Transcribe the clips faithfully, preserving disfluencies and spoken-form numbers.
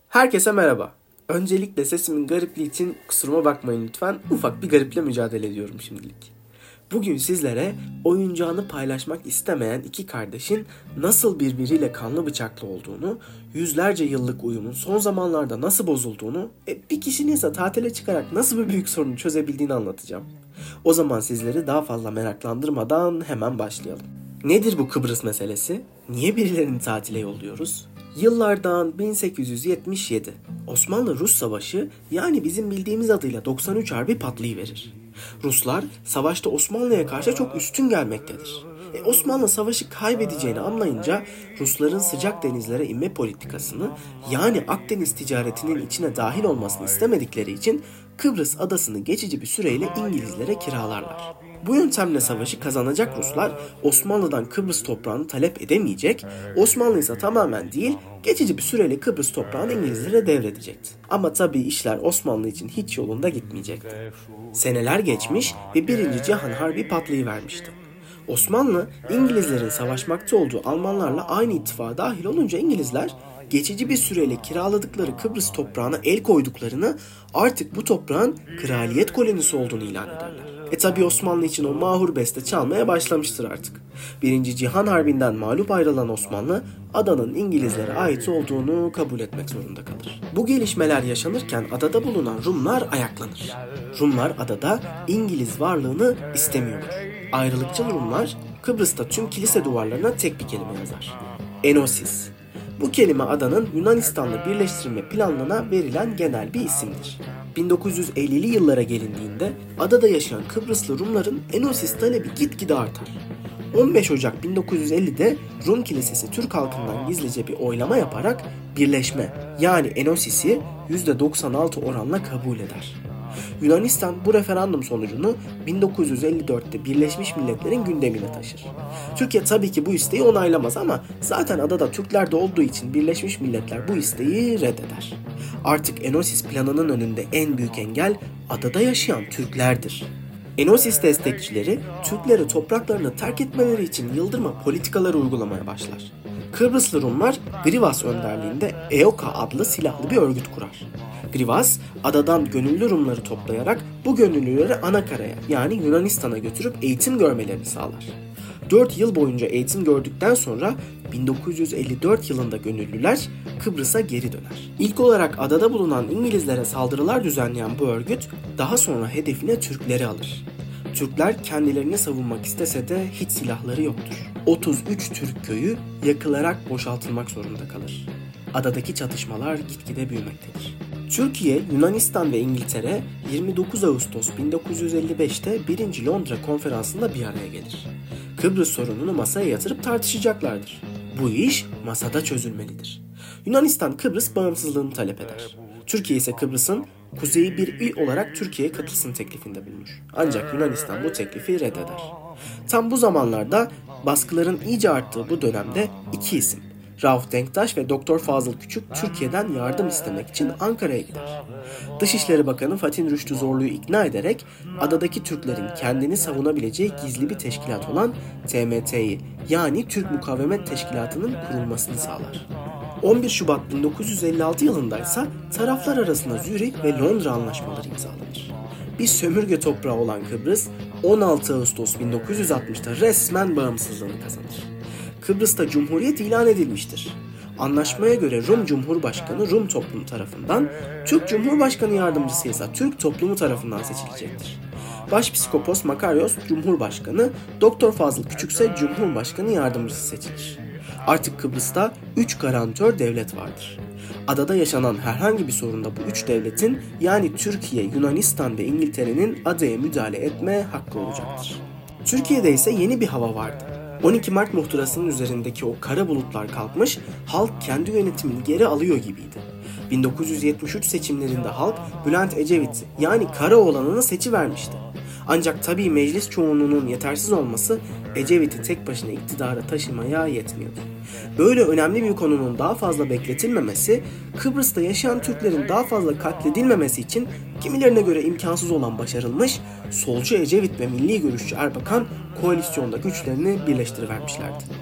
Herkese merhaba. Öncelikle sesimin garipliği için kusuruma bakmayın lütfen. Ufak bir gariple mücadele ediyorum şimdilik. Bugün sizlere oyuncağını paylaşmak istemeyen iki kardeşin nasıl birbiriyle kanlı bıçaklı olduğunu, yüzlerce yıllık uyumun son zamanlarda nasıl bozulduğunu, e, bir kişinin ise tatile çıkarak nasıl bir büyük sorunu çözebildiğini anlatacağım. O zaman sizleri daha fazla meraklandırmadan hemen başlayalım. Nedir bu Kıbrıs meselesi? Niye birilerini tatile yolluyoruz? Yıllardan bin sekiz yüz yetmiş yedi. Osmanlı-Rus Savaşı, yani bizim bildiğimiz adıyla doksan üç Harbi patlayıverir. Ruslar savaşta Osmanlı'ya karşı çok üstün gelmektedir. E, Osmanlı savaşı kaybedeceğini anlayınca Rusların sıcak denizlere inme politikasını, yani Akdeniz ticaretinin içine dahil olmasını istemedikleri için Kıbrıs adasını geçici bir süreyle İngilizlere kiralarlar. Bu yöntemle savaşı kazanacak Ruslar Osmanlı'dan Kıbrıs toprağını talep edemeyecek, Osmanlı ise tamamen değil geçici bir süreyle Kıbrıs toprağını İngilizlere devredecekti. Ama tabii işler Osmanlı için hiç yolunda gitmeyecekti. Seneler geçmiş ve Birinci Cihan Harbi patlayıvermişti. Osmanlı, İngilizlerin savaşmakta olduğu Almanlarla aynı ittifağa dahil olunca İngilizler, geçici bir süreyle kiraladıkları Kıbrıs toprağına el koyduklarını, artık bu toprağın kraliyet kolonisi olduğunu ilan ederler. E tabi Osmanlı için o mahur beste çalmaya başlamıştır artık. Birinci Cihan Harbi'nden mağlup ayrılan Osmanlı, adanın İngilizlere ait olduğunu kabul etmek zorunda kalır. Bu gelişmeler yaşanırken adada bulunan Rumlar ayaklanır. Rumlar adada İngiliz varlığını istemiyorlar. Ayrılıkçı Rumlar Kıbrıs'ta tüm kilise duvarlarına tek bir kelime yazar: Enosis. Bu kelime adanın Yunanistan'la birleştirilme planına verilen genel bir isimdir. bin dokuz yüz ellili yıllara gelindiğinde adada yaşayan Kıbrıslı Rumların Enosis talebi gitgide artar. on beş Ocak bin dokuz yüz ellide Rum Kilisesi Türk halkından gizlice bir oylama yaparak birleşme, yani Enosis'i yüzde doksan altı oranla kabul eder. Yunanistan bu referandum sonucunu bin dokuz yüz elli dörtte Birleşmiş Milletler'in gündemine taşır. Türkiye tabii ki bu isteği onaylamaz ama zaten adada Türkler de olduğu için Birleşmiş Milletler bu isteği reddeder. Artık Enosis planının önünde en büyük engel adada yaşayan Türklerdir. Enosis destekçileri Türkleri topraklarını terk etmeleri için yıldırma politikaları uygulamaya başlar. Kıbrıslı Rumlar Grivas önderliğinde E O K adlı silahlı bir örgüt kurar. Grivas, adadan gönüllü Rumları toplayarak bu gönüllüleri anakaraya, yani Yunanistan'a götürüp eğitim görmelerini sağlar. dört yıl boyunca eğitim gördükten sonra bin dokuz yüz elli dört yılında gönüllüler Kıbrıs'a geri döner. İlk olarak adada bulunan İngilizlere saldırılar düzenleyen bu örgüt daha sonra hedefine Türkleri alır. Türkler kendilerini savunmak istese de hiç silahları yoktur. otuz üç Türk köyü yakılarak boşaltılmak zorunda kalır. Adadaki çatışmalar gitgide büyümektedir. Türkiye, Yunanistan ve İngiltere yirmi dokuz Ağustos bin dokuz yüz elli beşte birinci Londra Konferansı'nda bir araya gelir. Kıbrıs sorununu masaya yatırıp tartışacaklardır. Bu iş masada çözülmelidir. Yunanistan Kıbrıs bağımsızlığını talep eder. Türkiye ise Kıbrıs'ın kuzeyi bir il olarak Türkiye'ye katılsın teklifinde bulunur. Ancak Yunanistan bu teklifi reddeder. Tam bu zamanlarda baskıların iyice arttığı bu dönemde iki isim, Rauf Denktaş ve Doktor Fazıl Küçük, Türkiye'den yardım istemek için Ankara'ya gider. Dışişleri Bakanı Fatih Rüştü Zorlu'yu ikna ederek adadaki Türklerin kendini savunabileceği gizli bir teşkilat olan T M T'yi, yani Türk Mukavemet Teşkilatı'nın kurulmasını sağlar. on bir Şubat bin dokuz yüz elli altı yılında ise taraflar arasında Zürih ve Londra anlaşmaları imzalanır. Bir sömürge toprağı olan Kıbrıs, on altı Ağustos bin dokuz yüz altmışta resmen bağımsızlığını kazanır. Kıbrıs'ta Cumhuriyet ilan edilmiştir. Anlaşmaya göre Rum Cumhurbaşkanı Rum toplumu tarafından, Türk Cumhurbaşkanı Yardımcısı ise Türk toplumu tarafından seçilecektir. Başpiskopos Makarios Cumhurbaşkanı, Doktor Fazıl Küçük ise Cumhurbaşkanı Yardımcısı seçilir. Artık Kıbrıs'ta üç garantör devlet vardır. Adada yaşanan herhangi bir sorunda bu üç devletin, yani Türkiye, Yunanistan ve İngiltere'nin adaya müdahale etme hakkı olacaktır. Türkiye'de ise yeni bir hava vardı. on iki Mart muhtırasının üzerindeki o kara bulutlar kalkmış, halk kendi yönetimini geri alıyor gibiydi. bin dokuz yüz yetmiş üç seçimlerinde halk Bülent Ecevit'i, yani Karaoğlan'ı seçivermişti. Ancak tabii meclis çoğunluğunun yetersiz olması Ecevit'i tek başına iktidara taşımaya yetmiyordu. Böyle önemli bir konunun daha fazla bekletilmemesi, Kıbrıs'ta yaşayan Türklerin daha fazla katledilmemesi için kimilerine göre imkansız olan başarılmış, solcu Ecevit ve milli görüşçü Erbakan koalisyonda güçlerini birleştirivermişlerdi.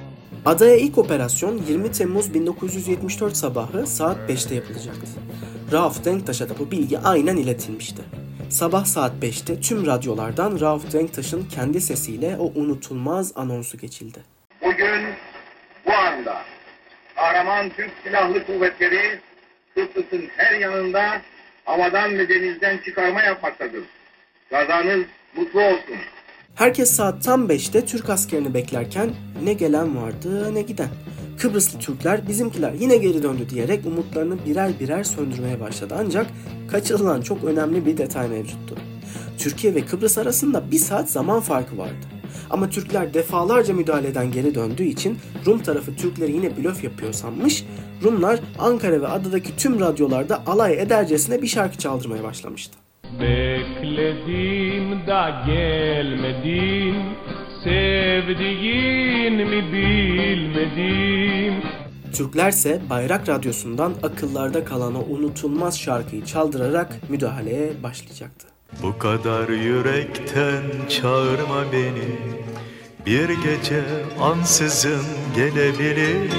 Adaya ilk operasyon yirmi Temmuz bin dokuz yüz yetmiş dört sabahı saat beşte yapılacaktı. Rauf Denktaş'a da bu bilgi aynen iletilmişti. Sabah saat beşte tüm radyolardan Rauf Denktaş'ın kendi sesiyle o unutulmaz anonsu geçildi. Bugün bu anda kahraman Türk Silahlı Kuvvetleri Kıbrıs'ın her yanında havadan ve denizden çıkarma yapmaktadır. Gazanız mutlu olsun. Herkes saat tam beşte Türk askerini beklerken ne gelen vardı ne giden. Kıbrıslı Türkler bizimkiler yine geri döndü diyerek umutlarını birer birer söndürmeye başladı. Ancak kaçırılan çok önemli bir detay mevcuttu. Türkiye ve Kıbrıs arasında bir saat zaman farkı vardı. Ama Türkler defalarca müdahaleden geri döndüğü için Rum tarafı Türkleri yine blöf yapıyor sanmış. Rumlar Ankara ve adadaki tüm radyolarda alay edercesine bir şarkı çaldırmaya başlamıştı. Bekledim da gelmedin, sevdiğin mi bilmedim. Türklerse Bayrak Radyosu'ndan akıllarda kalan o unutulmaz şarkıyı çaldırarak müdahaleye başlayacaktı. Bu kadar yürekten çağırma beni, bir gece ansızın gelebilir.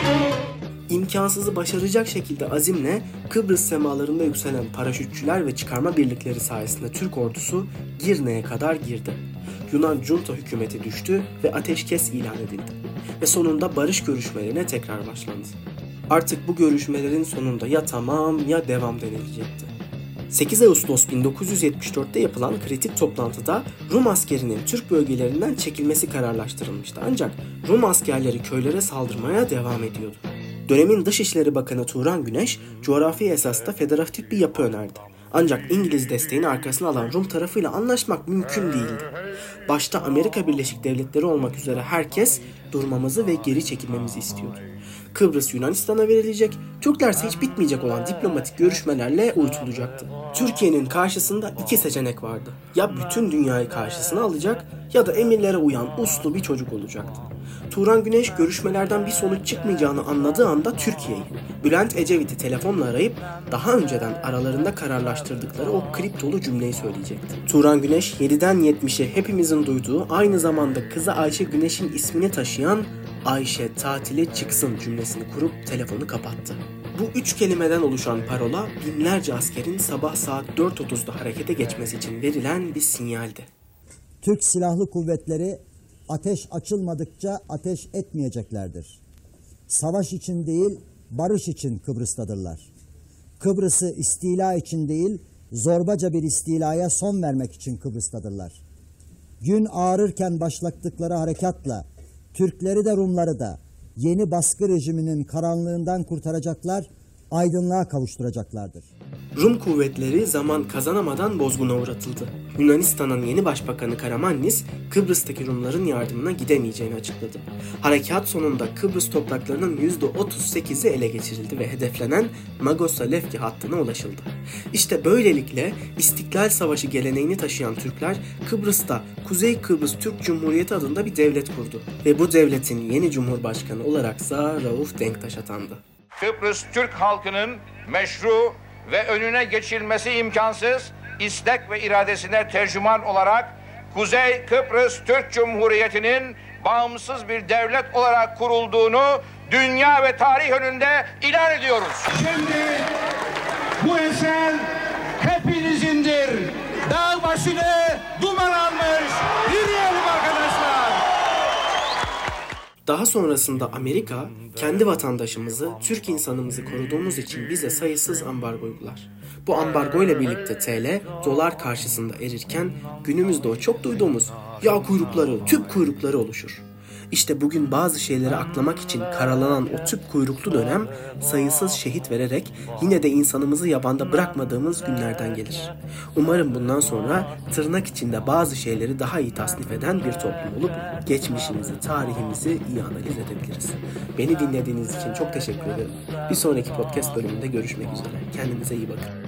İmkansızı başaracak şekilde azimle Kıbrıs semalarında yükselen paraşütçüler ve çıkarma birlikleri sayesinde Türk ordusu Girne'ye kadar girdi. Yunan junta hükümeti düştü ve ateşkes ilan edildi. Ve sonunda barış görüşmelerine tekrar başlandı. Artık bu görüşmelerin sonunda ya tamam ya devam denilecekti. sekiz Ağustos bin dokuz yüz yetmiş dörtte yapılan kritik toplantıda Rum askerinin Türk bölgelerinden çekilmesi kararlaştırılmıştı. Ancak Rum askerleri köylere saldırmaya devam ediyordu. Dönemin Dışişleri Bakanı Turan Güneş, coğrafi esasda federatif bir yapı önerdi. Ancak İngiliz desteğini arkasına alan Rum tarafıyla anlaşmak mümkün değildi. Başta Amerika Birleşik Devletleri olmak üzere herkes durmamızı ve geri çekilmemizi istiyordu. Kıbrıs Yunanistan'a verilecek, Türkler ise hiç bitmeyecek olan diplomatik görüşmelerle uyutulacaktı. Türkiye'nin karşısında iki seçenek vardı. Ya bütün dünyayı karşısına alacak ya da emirlere uyan uslu bir çocuk olacaktı. Turan Güneş görüşmelerden bir sonuç çıkmayacağını anladığı anda Türkiye'yi, Bülent Ecevit'i telefonla arayıp daha önceden aralarında kararlaştırdıkları o kriptolu cümleyi söyleyecekti. Turan Güneş yediden yetmişe hepimizin duyduğu, aynı zamanda kızı Ayşe Güneş'in ismini taşıyan "Ayşe tatile çıksın" cümlesini kurup telefonu kapattı. Bu üç kelimeden oluşan parola binlerce askerin sabah saat dört otuzda harekete geçmesi için verilen bir sinyaldi. Türk Silahlı Kuvvetleri ateş açılmadıkça ateş etmeyeceklerdir. Savaş için değil, barış için Kıbrıs'tadırlar. Kıbrıs'ı istila için değil, zorbaca bir istilaya son vermek için Kıbrıs'tadırlar. Gün ağarırken başlattıkları harekatla Türkleri de Rumları da yeni baskı rejiminin karanlığından kurtaracaklar, aydınlığa kavuşturacaklardır. Rum kuvvetleri zaman kazanamadan bozguna uğratıldı. Yunanistan'ın yeni başbakanı Karamanlis, Kıbrıs'taki Rumların yardımına gidemeyeceğini açıkladı. Harekat sonunda Kıbrıs topraklarının yüzde otuz sekizi ele geçirildi ve hedeflenen Magosa-Lefki hattına ulaşıldı. İşte böylelikle İstiklal Savaşı geleneğini taşıyan Türkler, Kıbrıs'ta Kuzey Kıbrıs Türk Cumhuriyeti adında bir devlet kurdu. Ve bu devletin yeni cumhurbaşkanı olaraksa Rauf Denktaş atandı. Kıbrıs Türk halkının meşru ve önüne geçilmesi imkansız istek ve iradesine tercüman olarak Kuzey Kıbrıs Türk Cumhuriyeti'nin bağımsız bir devlet olarak kurulduğunu dünya ve tarih önünde ilan ediyoruz. Şimdi bu eser hepinizindir. Dağ başını duman almış. Yürüyelim arkadaşlar. Daha sonrasında Amerika, kendi vatandaşımızı, Türk insanımızı koruduğumuz için bize sayısız ambargo uygular. Bu ambargo ile birlikte T L, dolar karşısında erirken günümüzde o çok duyduğumuz yağ kuyrukları, tüp kuyrukları oluşur. İşte bugün bazı şeyleri aklamak için karalanan o tüp kuyruklu dönem sayısız şehit vererek yine de insanımızı yabanda bırakmadığımız günlerden gelir. Umarım bundan sonra tırnak içinde bazı şeyleri daha iyi tasnif eden bir toplum olup geçmişimizi, tarihimizi iyi analiz edebiliriz. Beni dinlediğiniz için çok teşekkür ederim. Bir sonraki podcast bölümünde görüşmek üzere. Kendinize iyi bakın.